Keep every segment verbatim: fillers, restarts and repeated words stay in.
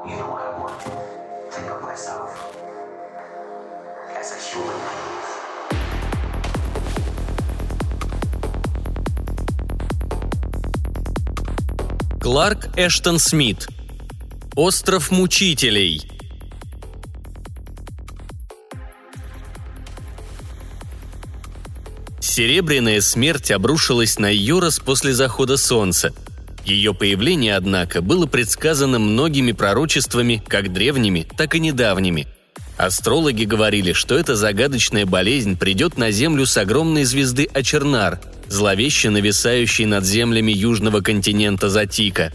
You know I want to think of myself as a human being. Кларк Эштон Смит. Остров мучителей. Серебряная смерть обрушилась на Йорос после захода солнца. Ее появление, однако, было предсказано многими пророчествами, как древними, так и недавними. Астрологи говорили, что эта загадочная болезнь придет на Землю с огромной звезды Ачернар, зловеще нависающей над землями южного континента Затика.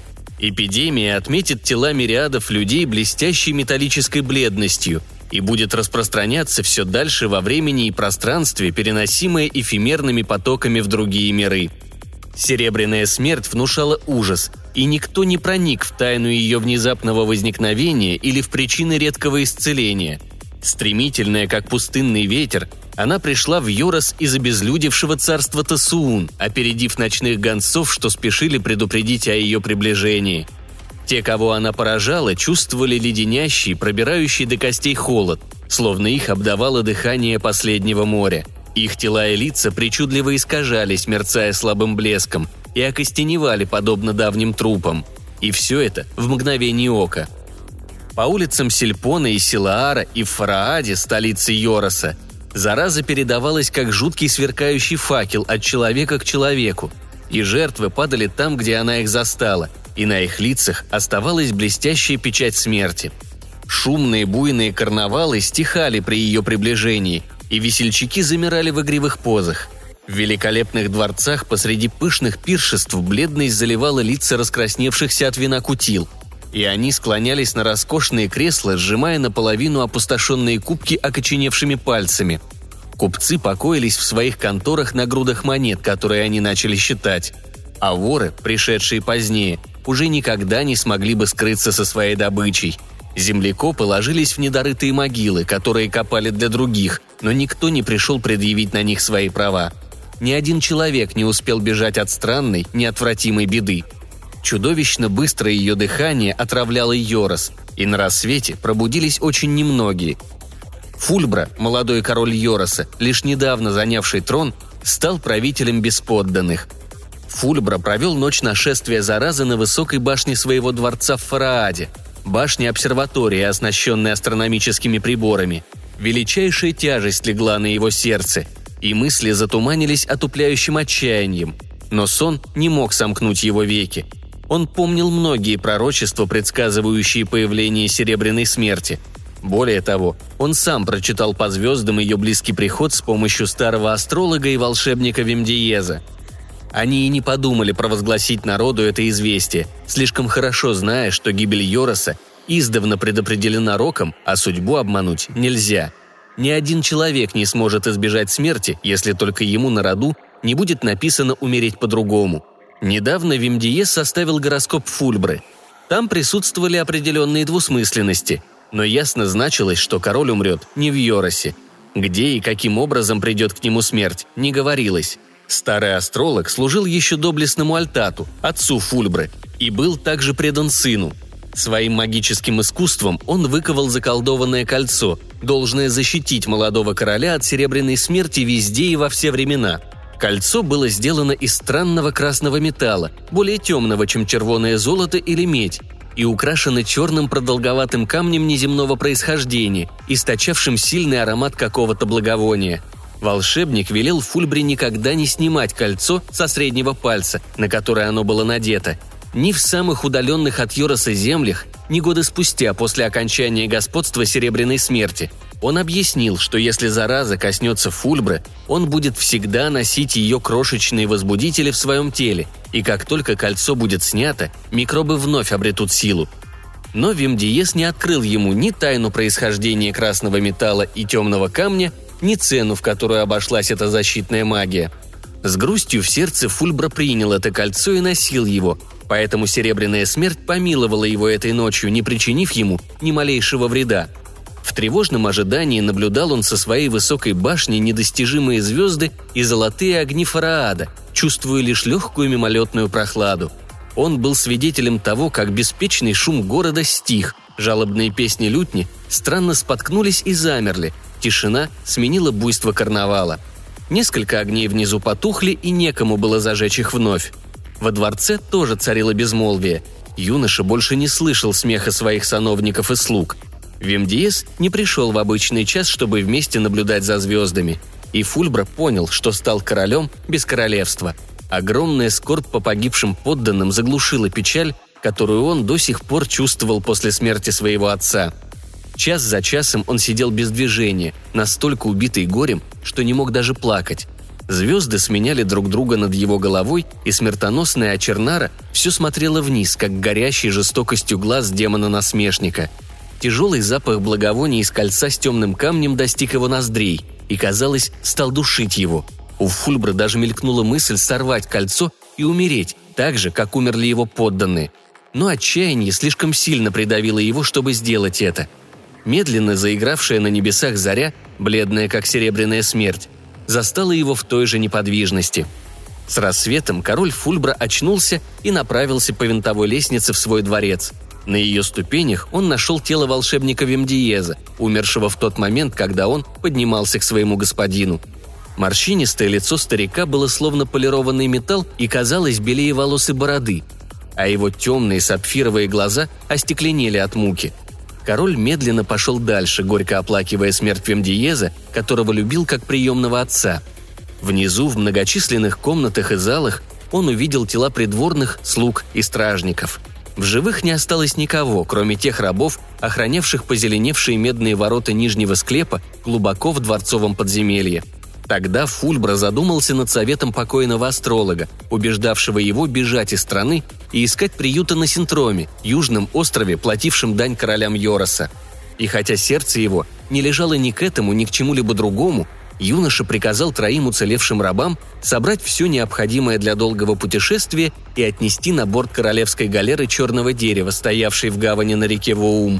Эпидемия отметит тела мириадов людей блестящей металлической бледностью и будет распространяться все дальше во времени и пространстве, переносимое эфемерными потоками в другие миры. Серебряная смерть внушала ужас, и никто не проник в тайну ее внезапного возникновения или в причины редкого исцеления. Стремительная, как пустынный ветер, она пришла в Йорос из обезлюдевшего царства Тасуун, опередив ночных гонцов, что спешили предупредить о ее приближении. Те, кого она поражала, чувствовали леденящий, пробирающий до костей холод, словно их обдавало дыхание последнего моря. Их тела и лица причудливо искажались, мерцая слабым блеском, и окостеневали, подобно давним трупам. И все это в мгновение ока. По улицам Сельпона и Силаара и в Фарааде, столице Йороса, зараза передавалась как жуткий сверкающий факел от человека к человеку, и жертвы падали там, где она их застала, и на их лицах оставалась блестящая печать смерти. Шумные буйные карнавалы стихали при ее приближении, и весельчаки замирали в игривых позах. В великолепных дворцах посреди пышных пиршеств бледность заливала лица раскрасневшихся от вина кутил, и они склонялись на роскошные кресла, сжимая наполовину опустошенные кубки окоченевшими пальцами. Купцы покоились в своих конторах на грудах монет, которые они начали считать, а воры, пришедшие позднее, уже никогда не смогли бы скрыться со своей добычей. Землекопы ложились в недорытые могилы, которые копали для других, но никто не пришел предъявить на них свои права. Ни один человек не успел бежать от странной, неотвратимой беды. Чудовищно быстро ее дыхание отравляло Йорос, и на рассвете пробудились очень немногие. Фульбра, молодой король Йороса, лишь недавно занявший трон, стал правителем без подданных. Фульбра провел ночь нашествия заразы на высокой башне своего дворца в Фарааде, башне обсерватории, оснащенной астрономическими приборами. Величайшая тяжесть легла на его сердце, и мысли затуманились отупляющим отчаянием. Но сон не мог сомкнуть его веки. Он помнил многие пророчества, предсказывающие появление серебряной смерти. Более того, он сам прочитал по звездам ее близкий приход с помощью старого астролога и волшебника Вимдиеза. Они и не подумали провозгласить народу это известие, слишком хорошо зная, что гибель Йороса издавна предопределена роком, а судьбу обмануть нельзя. Ни один человек не сможет избежать смерти, если только ему на роду не будет написано умереть по-другому. Недавно Вимдиез составил гороскоп Фульбры. Там присутствовали определенные двусмысленности, но ясно значилось, что король умрет не в Йоросе. Где и каким образом придет к нему смерть, не говорилось. Старый астролог служил еще доблестному Альтату, отцу Фульбры, и был также предан сыну. Своим магическим искусством он выковал заколдованное кольцо, должное защитить молодого короля от серебряной смерти везде и во все времена. Кольцо было сделано из странного красного металла, более темного, чем червоное золото или медь, и украшено черным продолговатым камнем неземного происхождения, источавшим сильный аромат какого-то благовония. Волшебник велел Фульбре никогда не снимать кольцо со среднего пальца, на которое оно было надето, ни в самых удаленных от Йороса землях, ни годы спустя после окончания господства Серебряной Смерти. Он объяснил, что если зараза коснется Фульбры, он будет всегда носить ее крошечные возбудители в своем теле, и как только кольцо будет снято, микробы вновь обретут силу. Но Вимдиез не открыл ему ни тайну происхождения красного металла и темного камня, ни цену, в которую обошлась эта защитная магия. С грустью в сердце Фульбра принял это кольцо и носил его, поэтому Серебряная Смерть помиловала его этой ночью, не причинив ему ни малейшего вреда. В тревожном ожидании наблюдал он со своей высокой башни недостижимые звезды и золотые огни Фараада, чувствуя лишь легкую мимолетную прохладу. Он был свидетелем того, как беспечный шум города стих, жалобные песни лютни странно споткнулись и замерли, тишина сменила буйство карнавала. Несколько огней внизу потухли, и некому было зажечь их вновь. Во дворце тоже царило безмолвие. Юноша больше не слышал смеха своих сановников и слуг. Вемдиез не пришел в обычный час, чтобы вместе наблюдать за звездами. И Фульбра понял, что стал королем без королевства. Огромная скорбь по погибшим подданным заглушила печаль, которую он до сих пор чувствовал после смерти своего отца. Час за часом он сидел без движения, настолько убитый горем, что не мог даже плакать. Звезды сменяли друг друга над его головой, и смертоносная Ачернара все смотрела вниз, как горящий жестокостью глаз демона-насмешника. Тяжелый запах благовоний из кольца с темным камнем достиг его ноздрей и, казалось, стал душить его. У Фульбра даже мелькнула мысль сорвать кольцо и умереть, так же, как умерли его подданные. Но отчаяние слишком сильно придавило его, чтобы сделать это. Медленно заигравшая на небесах заря, бледная как серебряная смерть, застала его в той же неподвижности. С рассветом король Фульбра очнулся и направился по винтовой лестнице в свой дворец. На ее ступенях он нашел тело волшебника Вемдиеза, умершего в тот момент, когда он поднимался к своему господину. Морщинистое лицо старика было словно полированный металл и казалось белее волос и бороды, а его темные сапфировые глаза остекленели от муки. Король медленно пошел дальше, горько оплакивая смерть Вемдиеза, которого любил как приемного отца. Внизу, в многочисленных комнатах и залах, он увидел тела придворных, слуг и стражников. В живых не осталось никого, кроме тех рабов, охранявших позеленевшие медные ворота нижнего склепа глубоко в дворцовом подземелье. Тогда Фульбра задумался над советом покойного астролога, убеждавшего его бежать из страны и искать приюта на Синтроме, южном острове, платившем дань королям Йороса. И хотя сердце его не лежало ни к этому, ни к чему-либо другому, юноша приказал троим уцелевшим рабам собрать все необходимое для долгого путешествия и отнести на борт королевской галеры черного дерева, стоявшей в гавани на реке Воум.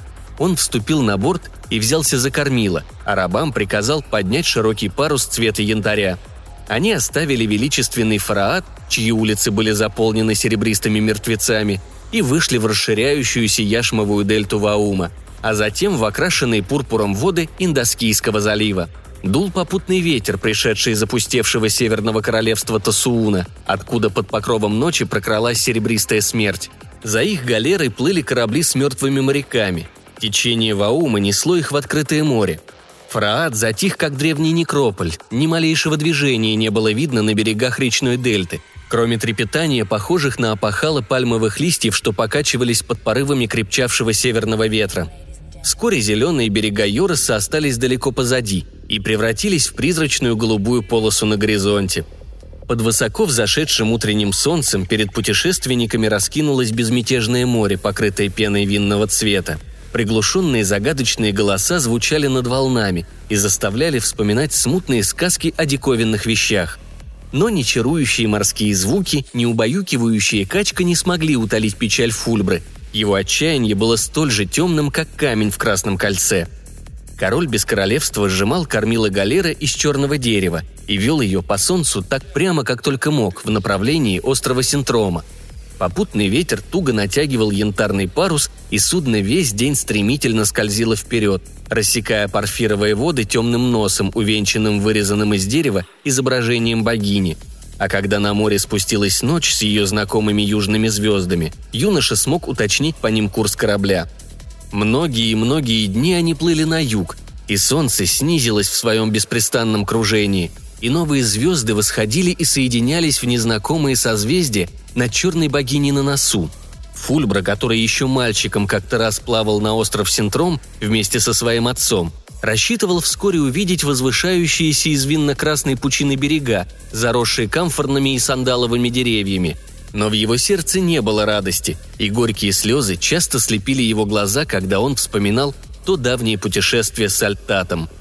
Он вступил на борт и взялся за кормило, а рабам приказал поднять широкий парус цвета янтаря. Они оставили величественный Фараат, чьи улицы были заполнены серебристыми мертвецами, и вышли в расширяющуюся яшмовую дельту Ваума, а затем в окрашенные пурпуром воды Индоскийского залива. Дул попутный ветер, пришедший из опустевшего северного королевства Тасууна, откуда под покровом ночи прокралась серебристая смерть. За их галерой плыли корабли с мертвыми моряками. Течение Ваума несло их в открытое море. Фараат затих, как древний некрополь, ни малейшего движения не было видно на берегах речной дельты, кроме трепетания, похожих на опахало пальмовых листьев, что покачивались под порывами крепчавшего северного ветра. Вскоре зеленые берега Йороса остались далеко позади и превратились в призрачную голубую полосу на горизонте. Под высоко взошедшим утренним солнцем перед путешественниками раскинулось безмятежное море, покрытое пеной винного цвета. Приглушенные загадочные голоса звучали над волнами и заставляли вспоминать смутные сказки о диковинных вещах. Но ни чарующие морские звуки, ни убаюкивающая качка не смогли утолить печаль Фульбры. Его отчаяние было столь же темным, как камень в красном кольце. Король без королевства сжимал кормило галеры из черного дерева и вел ее по солнцу так прямо, как только мог, в направлении острова Синтрома. Попутный ветер туго натягивал янтарный парус, и судно весь день стремительно скользило вперед, рассекая порфировые воды темным носом, увенчанным вырезанным из дерева изображением богини. А когда на море спустилась ночь с ее знакомыми южными звездами, юноша смог уточнить по ним курс корабля. Многие и многие дни они плыли на юг, и солнце снизилось в своем беспрестанном кружении, и новые звезды восходили и соединялись в незнакомые созвездия над черной богиней на носу. Фульбра, который еще мальчиком как-то раз плавал на остров Синтром вместе со своим отцом, рассчитывал вскоре увидеть возвышающиеся из винно-красной пучины берега, заросшие камфорными и сандаловыми деревьями. Но в его сердце не было радости, и горькие слезы часто слепили его глаза, когда он вспоминал то давнее путешествие с Альтатом.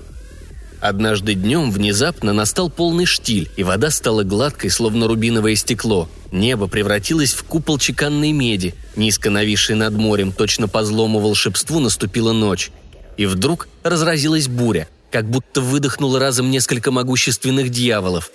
Однажды днем внезапно настал полный штиль, и вода стала гладкой, словно рубиновое стекло. Небо превратилось в купол чеканной меди, низко нависшей над морем, точно по злому волшебству наступила ночь. И вдруг разразилась буря, как будто выдохнуло разом несколько могущественных дьяволов.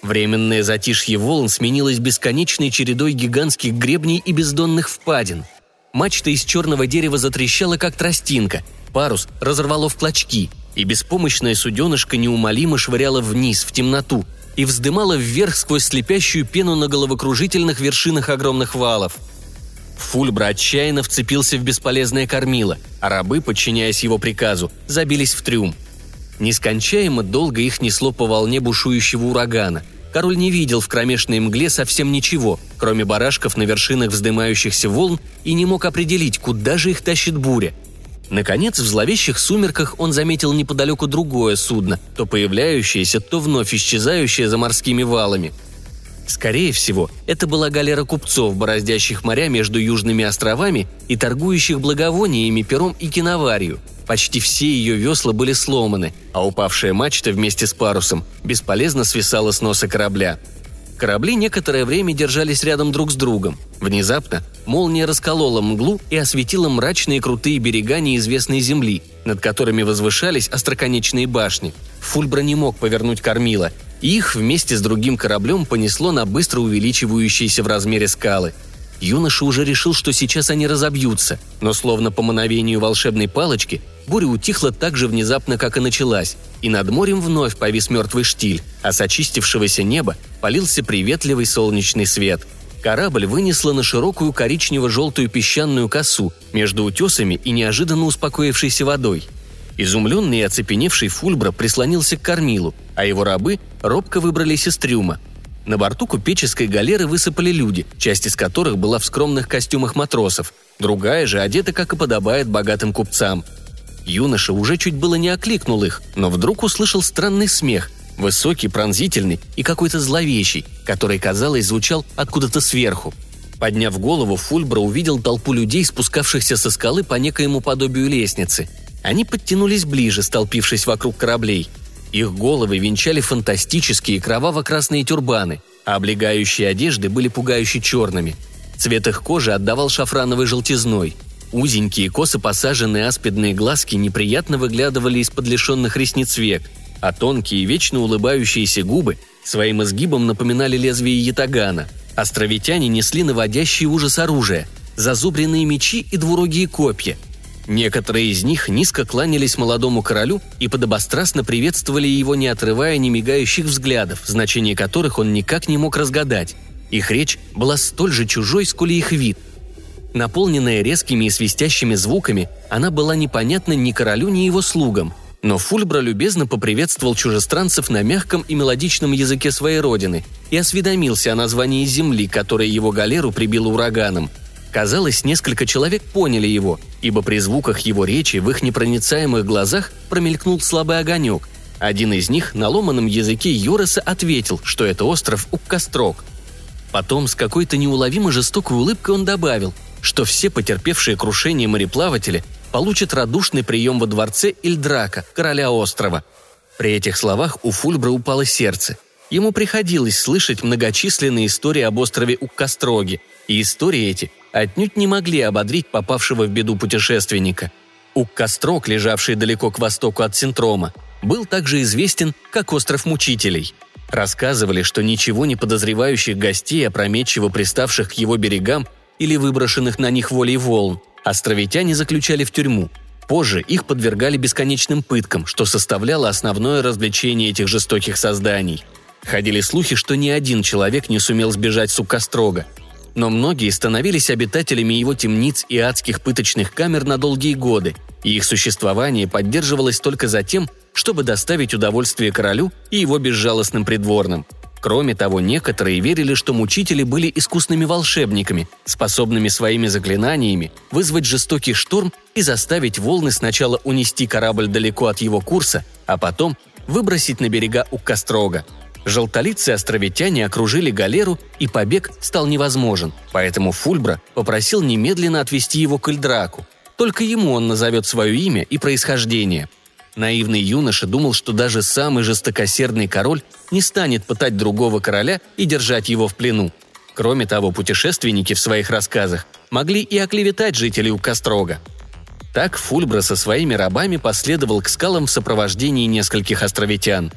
Временное затишье волн сменилось бесконечной чередой гигантских гребней и бездонных впадин. Мачта из черного дерева затрещала, как тростинка, парус разорвало в клочки, и беспомощная суденышка неумолимо швыряла вниз, в темноту, и вздымала вверх сквозь слепящую пену на головокружительных вершинах огромных валов. Фульбра отчаянно вцепился в бесполезное кормило, а рабы, подчиняясь его приказу, забились в трюм. Нескончаемо долго их несло по волне бушующего урагана. Король не видел в кромешной мгле совсем ничего, кроме барашков на вершинах вздымающихся волн, и не мог определить, куда же их тащит буря. Наконец, в зловещих сумерках он заметил неподалеку другое судно, то появляющееся, то вновь исчезающее за морскими валами. Скорее всего, это была галера купцов, бороздящих моря между южными островами и торгующих благовониями, пером и киноварью. Почти все ее весла были сломаны, а упавшая мачта вместе с парусом бесполезно свисала с носа корабля. Корабли некоторое время держались рядом друг с другом. Внезапно молния расколола мглу и осветила мрачные крутые берега неизвестной земли, над которыми возвышались остроконечные башни. Фульбра не мог повернуть кормило, и их вместе с другим кораблем понесло на быстро увеличивающиеся в размере скалы. Юноша уже решил, что сейчас они разобьются, но словно по мановению волшебной палочки буря утихла так же внезапно, как и началась, и над морем вновь повис мертвый штиль, а с очистившегося неба полился приветливый солнечный свет. Корабль вынесло на широкую коричнево-желтую песчаную косу между утесами и неожиданно успокоившейся водой. Изумленный и оцепеневший Фульбра прислонился к кормилу, а его рабы робко выбрались из трюма. На борту купеческой галеры высыпали люди, часть из которых была в скромных костюмах матросов, другая же одета, как и подобает богатым купцам. Юноша уже чуть было не окликнул их, но вдруг услышал странный смех, высокий, пронзительный и какой-то зловещий, который, казалось, звучал откуда-то сверху. Подняв голову, Фульбра увидел толпу людей, спускавшихся со скалы по некоему подобию лестницы. Они подтянулись ближе, столпившись вокруг кораблей. Их головы венчали фантастические кроваво-красные тюрбаны, а облегающие одежды были пугающе черными. Цвет их кожи отдавал шафрановой желтизной. Узенькие, косо посаженные аспидные глазки неприятно выглядывали из-под лишенных ресниц век, а тонкие, вечно улыбающиеся губы своим изгибом напоминали лезвие ятагана. Островитяне несли наводящий ужас оружия, зазубренные мечи и двурогие копья. Некоторые из них низко кланялись молодому королю и подобострастно приветствовали его, не отрывая ни мигающих взглядов, значение которых он никак не мог разгадать. Их речь была столь же чужой, сколь и их вид. Наполненная резкими и свистящими звуками, она была непонятна ни королю, ни его слугам. Но Фульбра любезно поприветствовал чужестранцев на мягком и мелодичном языке своей родины и осведомился о названии земли, которая его галеру прибила ураганом. Казалось, несколько человек поняли его, ибо при звуках его речи в их непроницаемых глазах промелькнул слабый огонек. Один из них на ломаном языке Йореса ответил, что это остров Уккастрок. Потом с какой-то неуловимо жестокой улыбкой он добавил, что все потерпевшие крушение мореплаватели получат радушный прием во дворце Ильдрака, короля острова. При этих словах у Фульбра упало сердце. Ему приходилось слышать многочисленные истории об острове Уккастроге, и истории эти отнюдь не могли ободрить попавшего в беду путешественника. Уккастрог, лежавший далеко к востоку от Синтрома, был также известен как остров мучителей. Рассказывали, что ничего не подозревающих гостей, опрометчиво приставших к его берегам или выброшенных на них волей волн, островитяне заключали в тюрьму. Позже их подвергали бесконечным пыткам, что составляло основное развлечение этих жестоких созданий. Ходили слухи, что ни один человек не сумел сбежать с Уккастрога. Но многие становились обитателями его темниц и адских пыточных камер на долгие годы, и их существование поддерживалось только за тем, чтобы доставить удовольствие королю и его безжалостным придворным. Кроме того, некоторые верили, что мучители были искусными волшебниками, способными своими заклинаниями вызвать жестокий шторм и заставить волны сначала унести корабль далеко от его курса, а потом выбросить на берега Уккастрога. Желтолицые островитяне окружили галеру, и побег стал невозможен, поэтому Фульбра попросил немедленно отвезти его к Ильдраку. Только ему он назовет свое имя и происхождение. Наивный юноша думал, что даже самый жестокосердный король не станет пытать другого короля и держать его в плену. Кроме того, путешественники в своих рассказах могли и оклеветать жителей Уккастрога. Так Фульбра со своими рабами последовал к скалам в сопровождении нескольких островитян.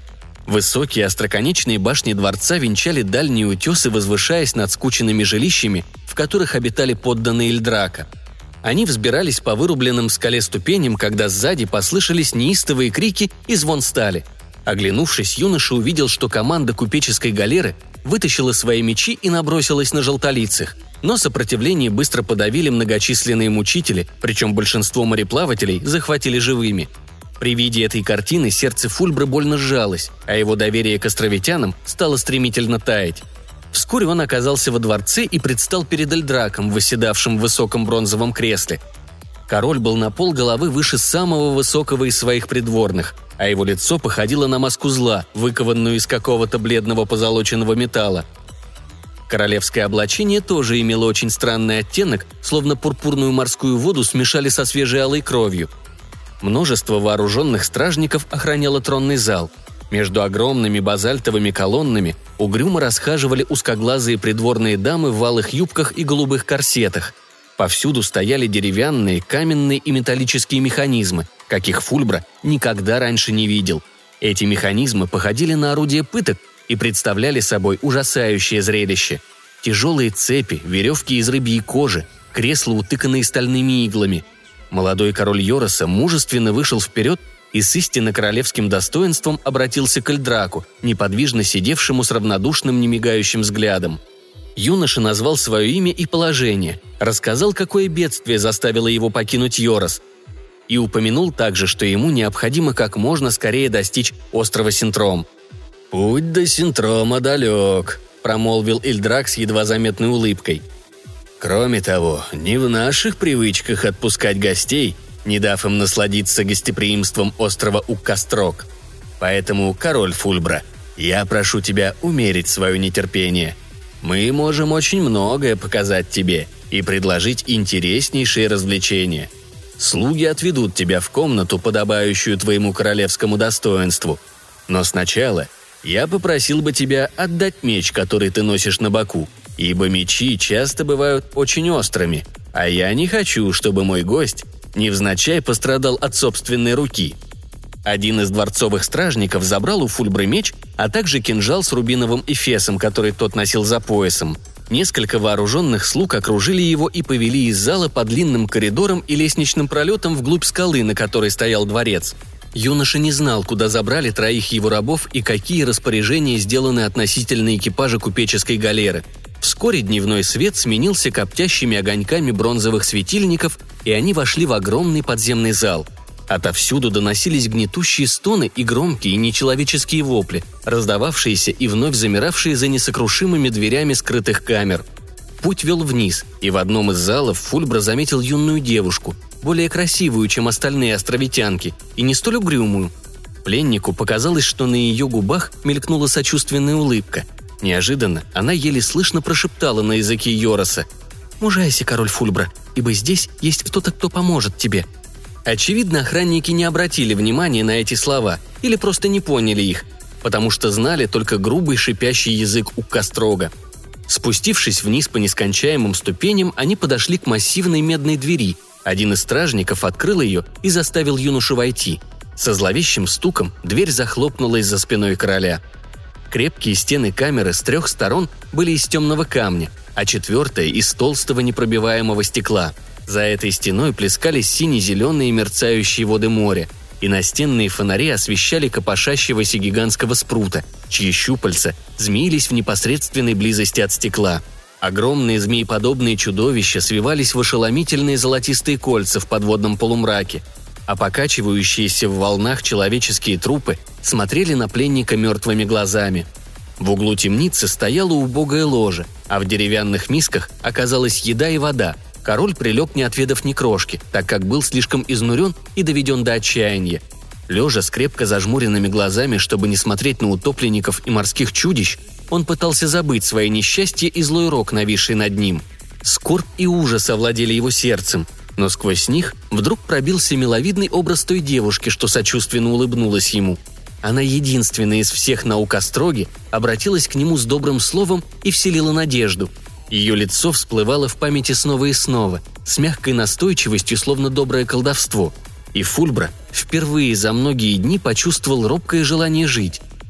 Высокие остроконечные башни дворца венчали дальние утесы, возвышаясь над скученными жилищами, в которых обитали подданные Эльдрака. Они взбирались по вырубленным в скале ступеням, когда сзади послышались неистовые крики и звон стали. Оглянувшись, юноша увидел, что команда купеческой галеры вытащила свои мечи и набросилась на желтолицых. Но сопротивление быстро подавили многочисленные мучители, причем большинство мореплавателей захватили живыми. При виде этой картины сердце Фульбра больно сжалось, а его доверие к островитянам стало стремительно таять. Вскоре он оказался во дворце и предстал перед Эльдраком, восседавшим в высоком бронзовом кресле. Король был на полголовы выше самого высокого из своих придворных, а его лицо походило на маску зла, выкованную из какого-то бледного позолоченного металла. Королевское облачение тоже имело очень странный оттенок, словно пурпурную морскую воду смешали со свежей алой кровью. Множество вооруженных стражников охраняло тронный зал. Между огромными базальтовыми колоннами угрюмо расхаживали узкоглазые придворные дамы в алых юбках и голубых корсетах. Повсюду стояли деревянные, каменные и металлические механизмы, каких Фульбра никогда раньше не видел. Эти механизмы походили на орудия пыток и представляли собой ужасающее зрелище. Тяжелые цепи, веревки из рыбьей кожи, кресла, утыканные стальными иглами. Молодой король Йороса мужественно вышел вперед и с истинно королевским достоинством обратился к Эльдраку, неподвижно сидевшему с равнодушным, немигающим взглядом. Юноша назвал свое имя и положение, рассказал, какое бедствие заставило его покинуть Йорос, и упомянул также, что ему необходимо как можно скорее достичь острова Синтром. «Путь до Синтрома далек», – промолвил Эльдрак с едва заметной улыбкой. «Кроме того, не в наших привычках отпускать гостей, не дав им насладиться гостеприимством острова Уккастрок. Поэтому, король Фульбра, я прошу тебя умерить свое нетерпение. Мы можем очень многое показать тебе и предложить интереснейшие развлечения. Слуги отведут тебя в комнату, подобающую твоему королевскому достоинству. Но сначала я попросил бы тебя отдать меч, который ты носишь на боку, ибо мечи часто бывают очень острыми, а я не хочу, чтобы мой гость невзначай пострадал от собственной руки». Один из дворцовых стражников забрал у Фульбры меч, а также кинжал с рубиновым эфесом, который тот носил за поясом. Несколько вооруженных слуг окружили его и повели из зала по длинным коридорам и лестничным пролетам вглубь скалы, на которой стоял дворец. Юноша не знал, куда забрали троих его рабов и какие распоряжения сделаны относительно экипажа купеческой галеры. Вскоре дневной свет сменился коптящими огоньками бронзовых светильников, и они вошли в огромный подземный зал. Отовсюду доносились гнетущие стоны и громкие нечеловеческие вопли, раздававшиеся и вновь замиравшие за несокрушимыми дверями скрытых камер. Путь вел вниз, и в одном из залов Фульбра заметил юную девушку, более красивую, чем остальные островитянки, и не столь угрюмую. Пленнику показалось, что на ее губах мелькнула сочувственная улыбка. Неожиданно она еле слышно прошептала на языке Йороса: «Мужайся, король Фульбра, ибо здесь есть кто-то, кто поможет тебе». Очевидно, охранники не обратили внимания на эти слова или просто не поняли их, потому что знали только грубый шипящий язык Уккастрога. Спустившись вниз по нескончаемым ступеням, они подошли к массивной медной двери. Один из стражников открыл ее и заставил юношу войти. Со зловещим стуком дверь захлопнулась за спиной короля. Крепкие стены камеры с трех сторон были из темного камня, а четвертая – из толстого непробиваемого стекла. За этой стеной плескались сине-зеленые мерцающие воды моря, и настенные фонари освещали копошащегося гигантского спрута, чьи щупальца змеились в непосредственной близости от стекла. Огромные змееподобные чудовища свивались в ошеломительные золотистые кольца в подводном полумраке, а покачивающиеся в волнах человеческие трупы смотрели на пленника мертвыми глазами. В углу темницы стояло убогое ложе, а в деревянных мисках оказалась еда и вода. Король прилег, не отведав ни крошки, так как был слишком изнурен и доведен до отчаяния. Лежа с крепко зажмуренными глазами, чтобы не смотреть на утопленников и морских чудищ, он пытался забыть свои несчастья и злой рок, нависший над ним. Скорбь и ужас овладели его сердцем, но сквозь них вдруг пробился миловидный образ той девушки, что сочувственно улыбнулась ему. Она единственная из всех на Уккастроге обратилась к нему с добрым словом и вселила надежду. Ее лицо всплывало в памяти снова и снова, с мягкой настойчивостью, словно доброе колдовство. И Фульбра впервые за многие дни почувствовал робкое желание жить.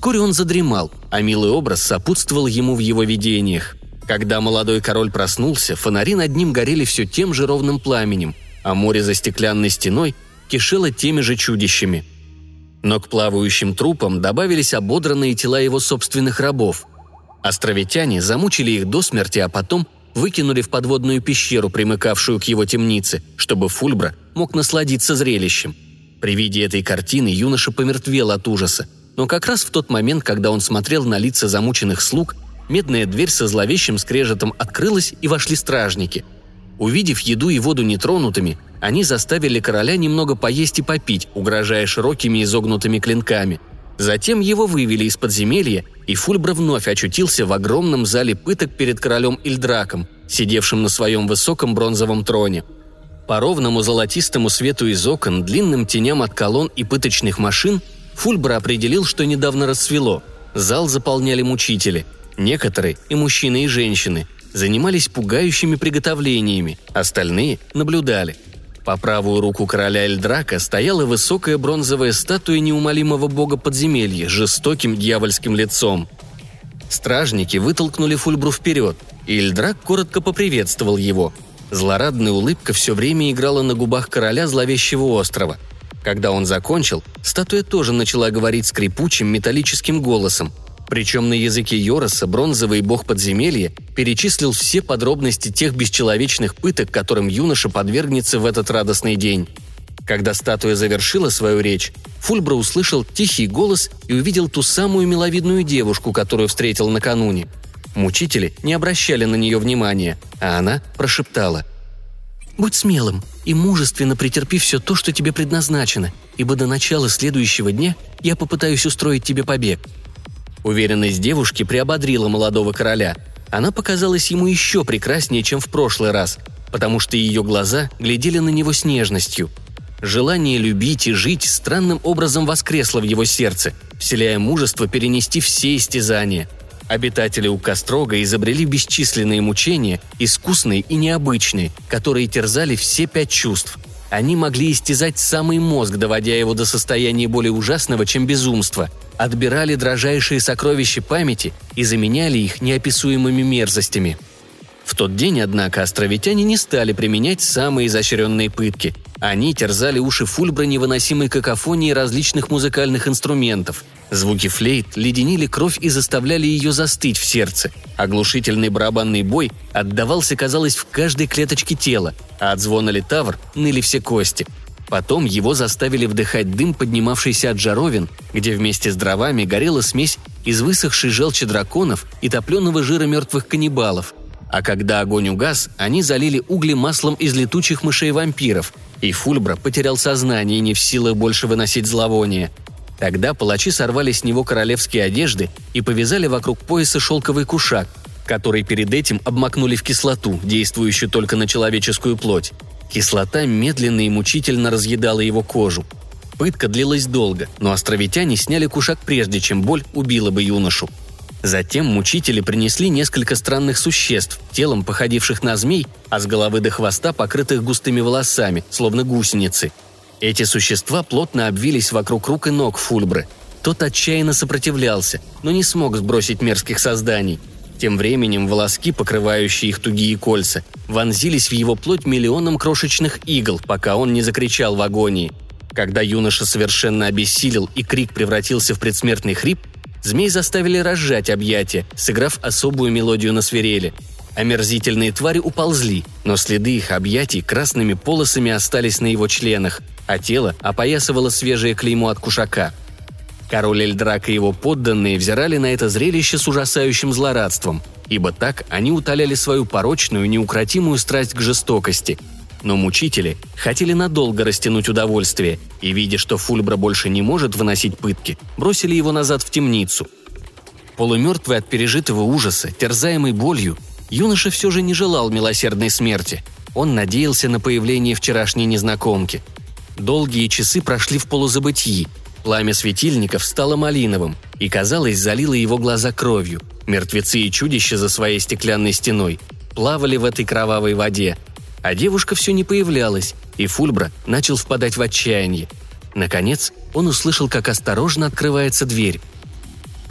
Вскоре он задремал, а милый образ сопутствовал ему в его видениях. Когда молодой король проснулся, фонари над ним горели все тем же ровным пламенем, а море за стеклянной стеной кишело теми же чудищами. Но к плавающим трупам добавились ободранные тела его собственных рабов. Островитяне замучили их до смерти, а потом выкинули в подводную пещеру, примыкавшую к его темнице, чтобы Фульбра мог насладиться зрелищем. При виде этой картины юноша помертвел от ужаса, но как раз в тот момент, когда он смотрел на лица замученных слуг, медная дверь со зловещим скрежетом открылась, и вошли стражники. Увидев еду и воду нетронутыми, они заставили короля немного поесть и попить, угрожая широкими изогнутыми клинками. Затем его вывели из подземелья, и Фульбра вновь очутился в огромном зале пыток перед королем Ильдраком, сидевшим на своем высоком бронзовом троне. По ровному золотистому свету из окон, длинным теням от колонн и пыточных машин Фульбра определил, что недавно рассвело. Зал заполняли мучители. Некоторые, и мужчины, и женщины, занимались пугающими приготовлениями, остальные наблюдали. По правую руку короля Эльдрака стояла высокая бронзовая статуя неумолимого бога подземелья с жестоким дьявольским лицом. Стражники вытолкнули Фульбру вперед, и Эльдрак коротко поприветствовал его. Злорадная улыбка все время играла на губах короля зловещего острова. Когда он закончил, статуя тоже начала говорить скрипучим металлическим голосом. Причем на языке Йороса бронзовый бог подземелья перечислил все подробности тех бесчеловечных пыток, которым юноша подвергнется в этот радостный день. Когда статуя завершила свою речь, Фульбра услышал тихий голос и увидел ту самую миловидную девушку, которую встретил накануне. Мучители не обращали на нее внимания, а она прошептала: «Будь смелым и мужественно претерпи все то, что тебе предназначено, ибо до начала следующего дня я попытаюсь устроить тебе побег». Уверенность девушки приободрила молодого короля. Она показалась ему еще прекраснее, чем в прошлый раз, потому что ее глаза глядели на него с нежностью. Желание любить и жить странным образом воскресло в его сердце, вселяя мужество перенести все истязания. Обитатели Укастрога изобрели бесчисленные мучения, искусные и необычные, которые терзали все пять чувств. Они могли истязать самый мозг, доводя его до состояния более ужасного, чем безумство, отбирали дрожайшие сокровища памяти и заменяли их неописуемыми мерзостями. В тот день, однако, островитяне не стали применять самые изощренные пытки. Они терзали уши Фульбра невыносимой какофонией различных музыкальных инструментов. Звуки флейт леденили кровь и заставляли ее застыть в сердце. Оглушительный барабанный бой отдавался, казалось, в каждой клеточке тела, а от звона литавр ныли все кости. Потом его заставили вдыхать дым, поднимавшийся от жаровин, где вместе с дровами горела смесь из высохшей желчи драконов и топленого жира мертвых каннибалов. А когда огонь угас, они залили угли маслом из летучих мышей-вампиров, и Фульбра потерял сознание, не в силах больше выносить зловоние. Тогда палачи сорвали с него королевские одежды и повязали вокруг пояса шелковый кушак, который перед этим обмакнули в кислоту, действующую только на человеческую плоть. Кислота медленно и мучительно разъедала его кожу. Пытка длилась долго, но островитяне сняли кушак прежде, чем боль убила бы юношу. Затем мучители принесли несколько странных существ, телом походивших на змей, а с головы до хвоста покрытых густыми волосами, словно гусеницы. Эти существа плотно обвились вокруг рук и ног Фульбры. Тот отчаянно сопротивлялся, но не смог сбросить мерзких созданий. Тем временем волоски, покрывающие их тугие кольца, вонзились в его плоть миллионом крошечных игл, пока он не закричал в агонии. Когда юноша совершенно обессилел и крик превратился в предсмертный хрип, змей заставили разжать объятия, сыграв особую мелодию на свирели. Омерзительные твари уползли, но следы их объятий красными полосами остались на его членах, а тело опоясывало свежее клеймо от кушака. Король Эльдрак и его подданные взирали на это зрелище с ужасающим злорадством, ибо так они утоляли свою порочную, неукротимую страсть к жестокости. Но мучители хотели надолго растянуть удовольствие, и, видя, что Фульбра больше не может выносить пытки, бросили его назад в темницу. Полумертвый от пережитого ужаса, терзаемый болью, юноша все же не желал милосердной смерти. Он надеялся на появление вчерашней незнакомки. Долгие часы прошли в полузабытии. Пламя светильников стало малиновым и, казалось, залило его глаза кровью. Мертвецы и чудища за своей стеклянной стеной плавали в этой кровавой воде. А девушка все не появлялась, и Фульбра начал впадать в отчаяние. Наконец, он услышал, как осторожно открывается дверь.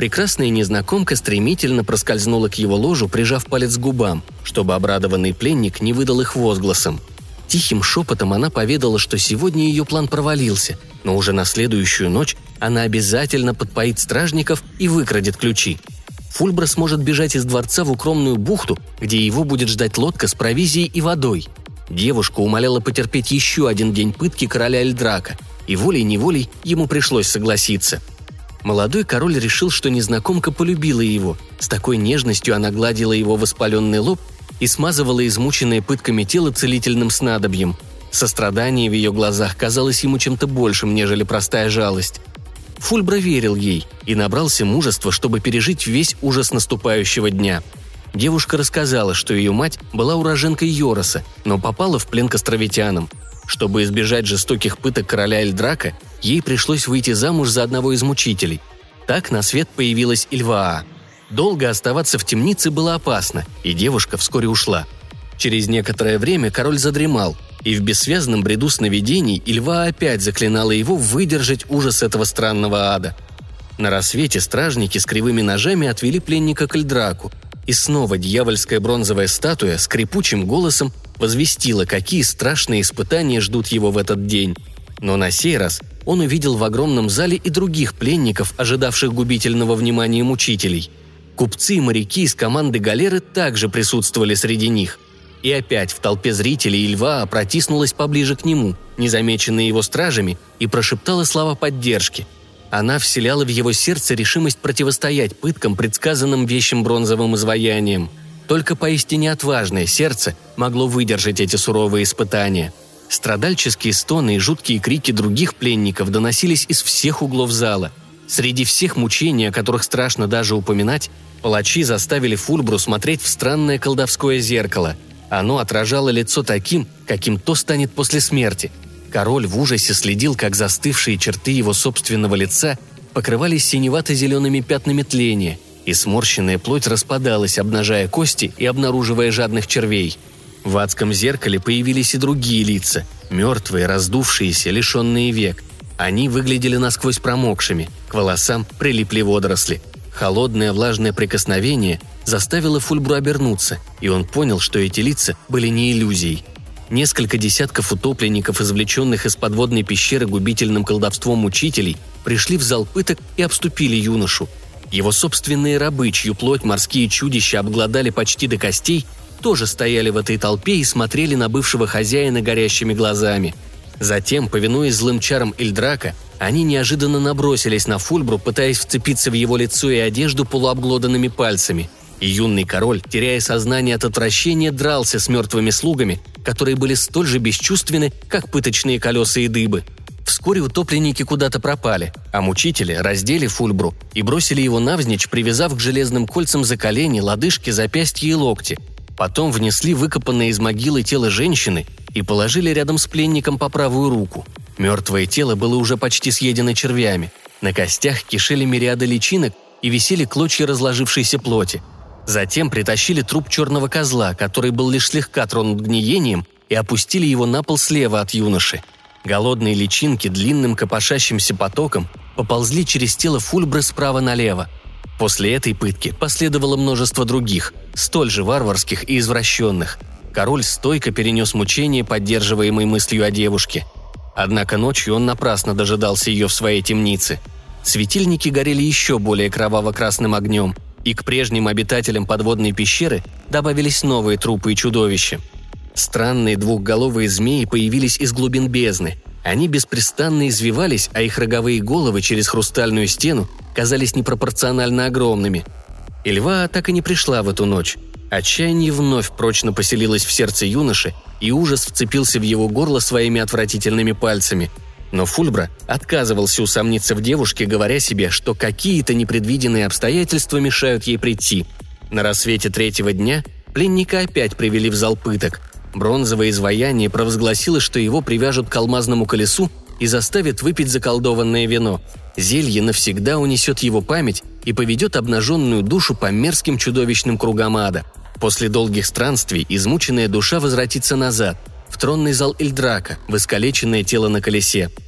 прекрасная незнакомка стремительно проскользнула к его ложу, прижав палец к губам, чтобы обрадованный пленник не выдал их возгласом. Тихим шепотом она поведала, что сегодня ее план провалился, но уже на следующую ночь она обязательно подпоит стражников и выкрадет ключи. Фульбра сможет бежать из дворца в укромную бухту, где его будет ждать лодка с провизией и водой. Девушка умоляла потерпеть еще один день пытки короля Эльдрака, и волей-неволей ему пришлось согласиться. Молодой король решил, что незнакомка полюбила его. С такой нежностью она гладила его воспаленный лоб и смазывала измученное пытками тело целительным снадобьем. Сострадание в ее глазах казалось ему чем-то большим, нежели простая жалость. Фульбра верил ей и набрался мужества, чтобы пережить весь ужас наступающего дня. Девушка рассказала, что ее мать была уроженкой Йороса, но попала в плен к островитянам. Чтобы избежать жестоких пыток короля Эльдрака, ей пришлось выйти замуж за одного из мучителей. Так на свет появилась Ильваа. Долго оставаться в темнице было опасно, и девушка вскоре ушла. Через некоторое время король задремал, и в бессвязном бреду сновидений Ильваа опять заклинала его выдержать ужас этого странного ада. На рассвете стражники с кривыми ножами отвели пленника к Эльдраку, и снова дьявольская бронзовая статуя скрипучим голосом возвестила, какие страшные испытания ждут его в этот день. Но на сей раз он увидел в огромном зале и других пленников, ожидавших губительного внимания мучителей. Купцы и моряки из команды галеры также присутствовали среди них. И опять в толпе зрителей Ильваа протиснулась поближе к нему, незамеченная его стражами, и прошептала слова поддержки. Она вселяла в его сердце решимость противостоять пыткам, предсказанным вещим бронзовым изваянием. Только поистине отважное сердце могло выдержать эти суровые испытания. Страдальческие стоны и жуткие крики других пленников доносились из всех углов зала. Среди всех мучений, о которых страшно даже упоминать, палачи заставили Фульбру смотреть в странное колдовское зеркало. Оно отражало лицо таким, каким то станет после смерти. Король в ужасе следил, как застывшие черты его собственного лица покрывались синевато-зелеными пятнами тления, и сморщенная плоть распадалась, обнажая кости и обнаруживая жадных червей. В адском зеркале появились и другие лица, мертвые, раздувшиеся, лишенные век. Они выглядели насквозь промокшими, к волосам прилипли водоросли. Холодное влажное прикосновение заставило Фульбру обернуться, и он понял, что эти лица были не иллюзией. Несколько десятков утопленников, извлеченных из подводной пещеры губительным колдовством мучителей, пришли в зал пыток и обступили юношу. Его собственные рабы, чью плоть морские чудища обглодали почти до костей, тоже стояли в этой толпе и смотрели на бывшего хозяина горящими глазами. Затем, повинуясь злым чарам Эльдрака, они неожиданно набросились на Фульбру, пытаясь вцепиться в его лицо и одежду полуобглоданными пальцами. И юный король, теряя сознание от отвращения, дрался с мертвыми слугами, которые были столь же бесчувственны, как пыточные колеса и дыбы. Вскоре утопленники куда-то пропали, а мучители раздели Фульбру и бросили его навзничь, привязав к железным кольцам за колени, лодыжки, запястья и локти. Потом внесли выкопанное из могилы тело женщины и положили рядом с пленником по правую руку. Мертвое тело было уже почти съедено червями. На костях кишели мириады личинок и висели клочья разложившейся плоти. Затем притащили труп черного козла, который был лишь слегка тронут гниением, и опустили его на пол слева от юноши. Голодные личинки длинным копошащимся потоком поползли через тело Фульбры справа налево. После этой пытки последовало множество других, столь же варварских и извращенных. Король стойко перенес мучения, поддерживаемые мыслью о девушке. Однако ночью он напрасно дожидался ее в своей темнице. Светильники горели еще более кроваво-красным огнем, и к прежним обитателям подводной пещеры добавились новые трупы и чудовища. Странные двухголовые змеи появились из глубин бездны. Они беспрестанно извивались, а их роговые головы через хрустальную стену казались непропорционально огромными. Ильваа так и не пришла в эту ночь. Отчаяние вновь прочно поселилось в сердце юноши, и ужас вцепился в его горло своими отвратительными пальцами. Но Фульбра отказывался усомниться в девушке, говоря себе, что какие-то непредвиденные обстоятельства мешают ей прийти. На рассвете третьего дня пленника опять привели в зал пыток. Бронзовое изваяние провозгласило, что его привяжут к алмазному колесу и заставят выпить заколдованное вино. Зелье навсегда унесет его память и поведет обнаженную душу по мерзким чудовищным кругам ада. После долгих странствий измученная душа возвратится назад, в тронный зал Эльдрака, в искалеченное тело на колесе.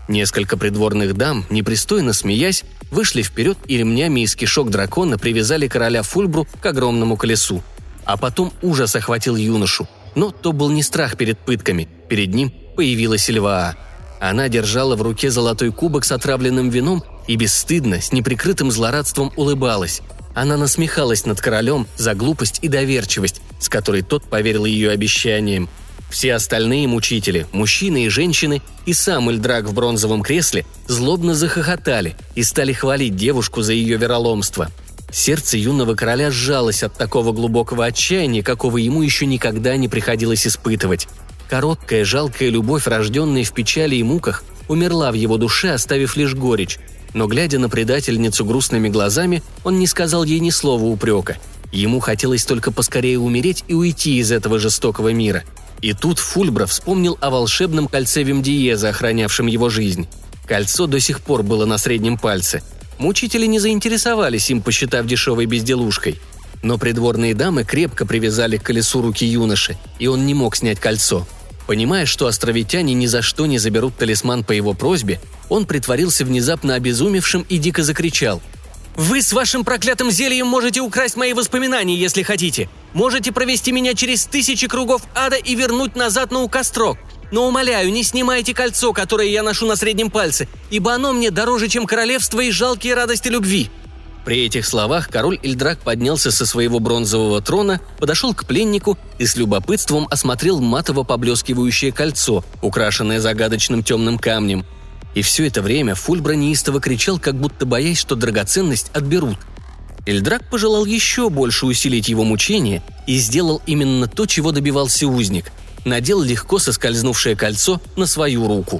Несколько придворных дам, непристойно смеясь, вышли вперед и ремнями из кишок дракона привязали короля Фульбру к огромному колесу. А потом ужас охватил юношу. Но то был не страх перед пытками. Перед ним появилась Эльваа. Она держала в руке золотой кубок с отравленным вином и бесстыдно, с неприкрытым злорадством улыбалась. Она насмехалась над королем за глупость и доверчивость, с которой тот поверил ее обещаниям. Все остальные мучители, мужчины и женщины, и сам Эльдрак в бронзовом кресле злобно захохотали и стали хвалить девушку за ее вероломство. Сердце юного короля сжалось от такого глубокого отчаяния, какого ему еще никогда не приходилось испытывать. Короткая, жалкая любовь, рожденная в печали и муках, умерла в его душе, оставив лишь горечь. Но, глядя на предательницу грустными глазами, он не сказал ей ни слова упрека. Ему хотелось только поскорее умереть и уйти из этого жестокого мира. И тут Фульбра вспомнил о волшебном кольце Вимдиеза, охранявшем его жизнь. Кольцо до сих пор было на среднем пальце. Мучители не заинтересовались им, посчитав дешевой безделушкой. Но придворные дамы крепко привязали к колесу руки юноши, и он не мог снять кольцо. Понимая, что островитяне ни за что не заберут талисман по его просьбе, он притворился внезапно обезумевшим и дико закричал: «Вы с вашим проклятым зельем можете украсть мои воспоминания, если хотите. Можете провести меня через тысячи кругов ада и вернуть назад на Укострог. Но, умоляю, не снимайте кольцо, которое я ношу на среднем пальце, ибо оно мне дороже, чем королевство и жалкие радости любви». При этих словах король Эльдрак поднялся со своего бронзового трона, подошел к пленнику и с любопытством осмотрел матово поблескивающее кольцо, украшенное загадочным темным камнем. И все это время Фульбра неистово кричал, как будто боясь, что драгоценность отберут. Эльдрак пожелал еще больше усилить его мучения и сделал именно то, чего добивался узник. Надел легко соскользнувшее кольцо на свою руку.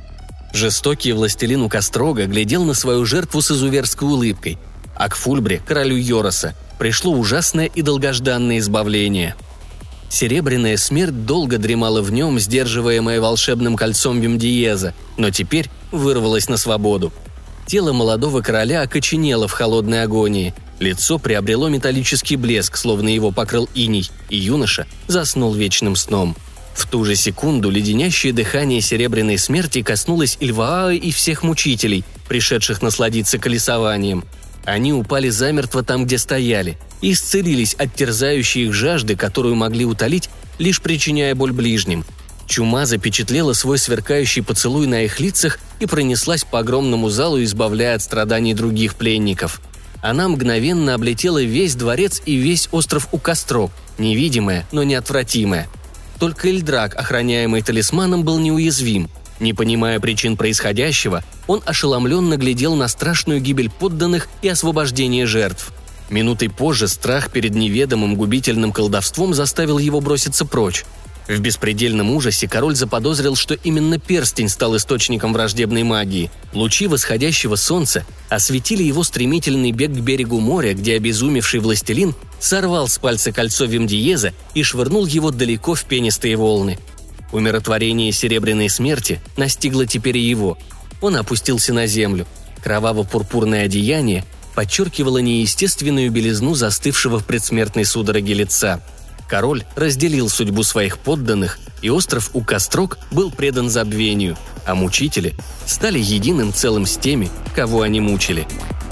Жестокий властелин Укострога глядел на свою жертву с изуверской улыбкой, а к Фульбре, королю Йороса, пришло ужасное и долгожданное избавление. Серебряная смерть долго дремала в нем, сдерживаемая волшебным кольцом Вимдиеза, но теперь вырвалась на свободу. Тело молодого короля окоченело в холодной агонии, лицо приобрело металлический блеск, словно его покрыл иней, и юноша заснул вечным сном. В ту же секунду леденящее дыхание серебряной смерти коснулось Эльваа и всех мучителей, пришедших насладиться колесованием. Они упали замертво там, где стояли, и исцелились от терзающей их жажды, которую могли утолить, лишь причиняя боль ближним. Чума запечатлела свой сверкающий поцелуй на их лицах и пронеслась по огромному залу, избавляя от страданий других пленников. Она мгновенно облетела весь дворец и весь остров Укострог, невидимая, но неотвратимая. Только Эльдрак, охраняемый талисманом, был неуязвим. Не понимая причин происходящего, он ошеломленно глядел на страшную гибель подданных и освобождение жертв. Минутой позже страх перед неведомым губительным колдовством заставил его броситься прочь. В беспредельном ужасе король заподозрил, что именно перстень стал источником враждебной магии. Лучи восходящего солнца осветили его стремительный бег к берегу моря, где обезумевший властелин сорвал с пальца кольцо Вимдиеза и швырнул его далеко в пенистые волны. Умиротворение серебряной смерти настигло теперь и его. Он опустился на землю. Кроваво-пурпурное одеяние подчеркивало неестественную белизну застывшего в предсмертной судороге лица. Король разделил судьбу своих подданных, и остров Укострог был предан забвению, а мучители стали единым целым с теми, кого они мучили.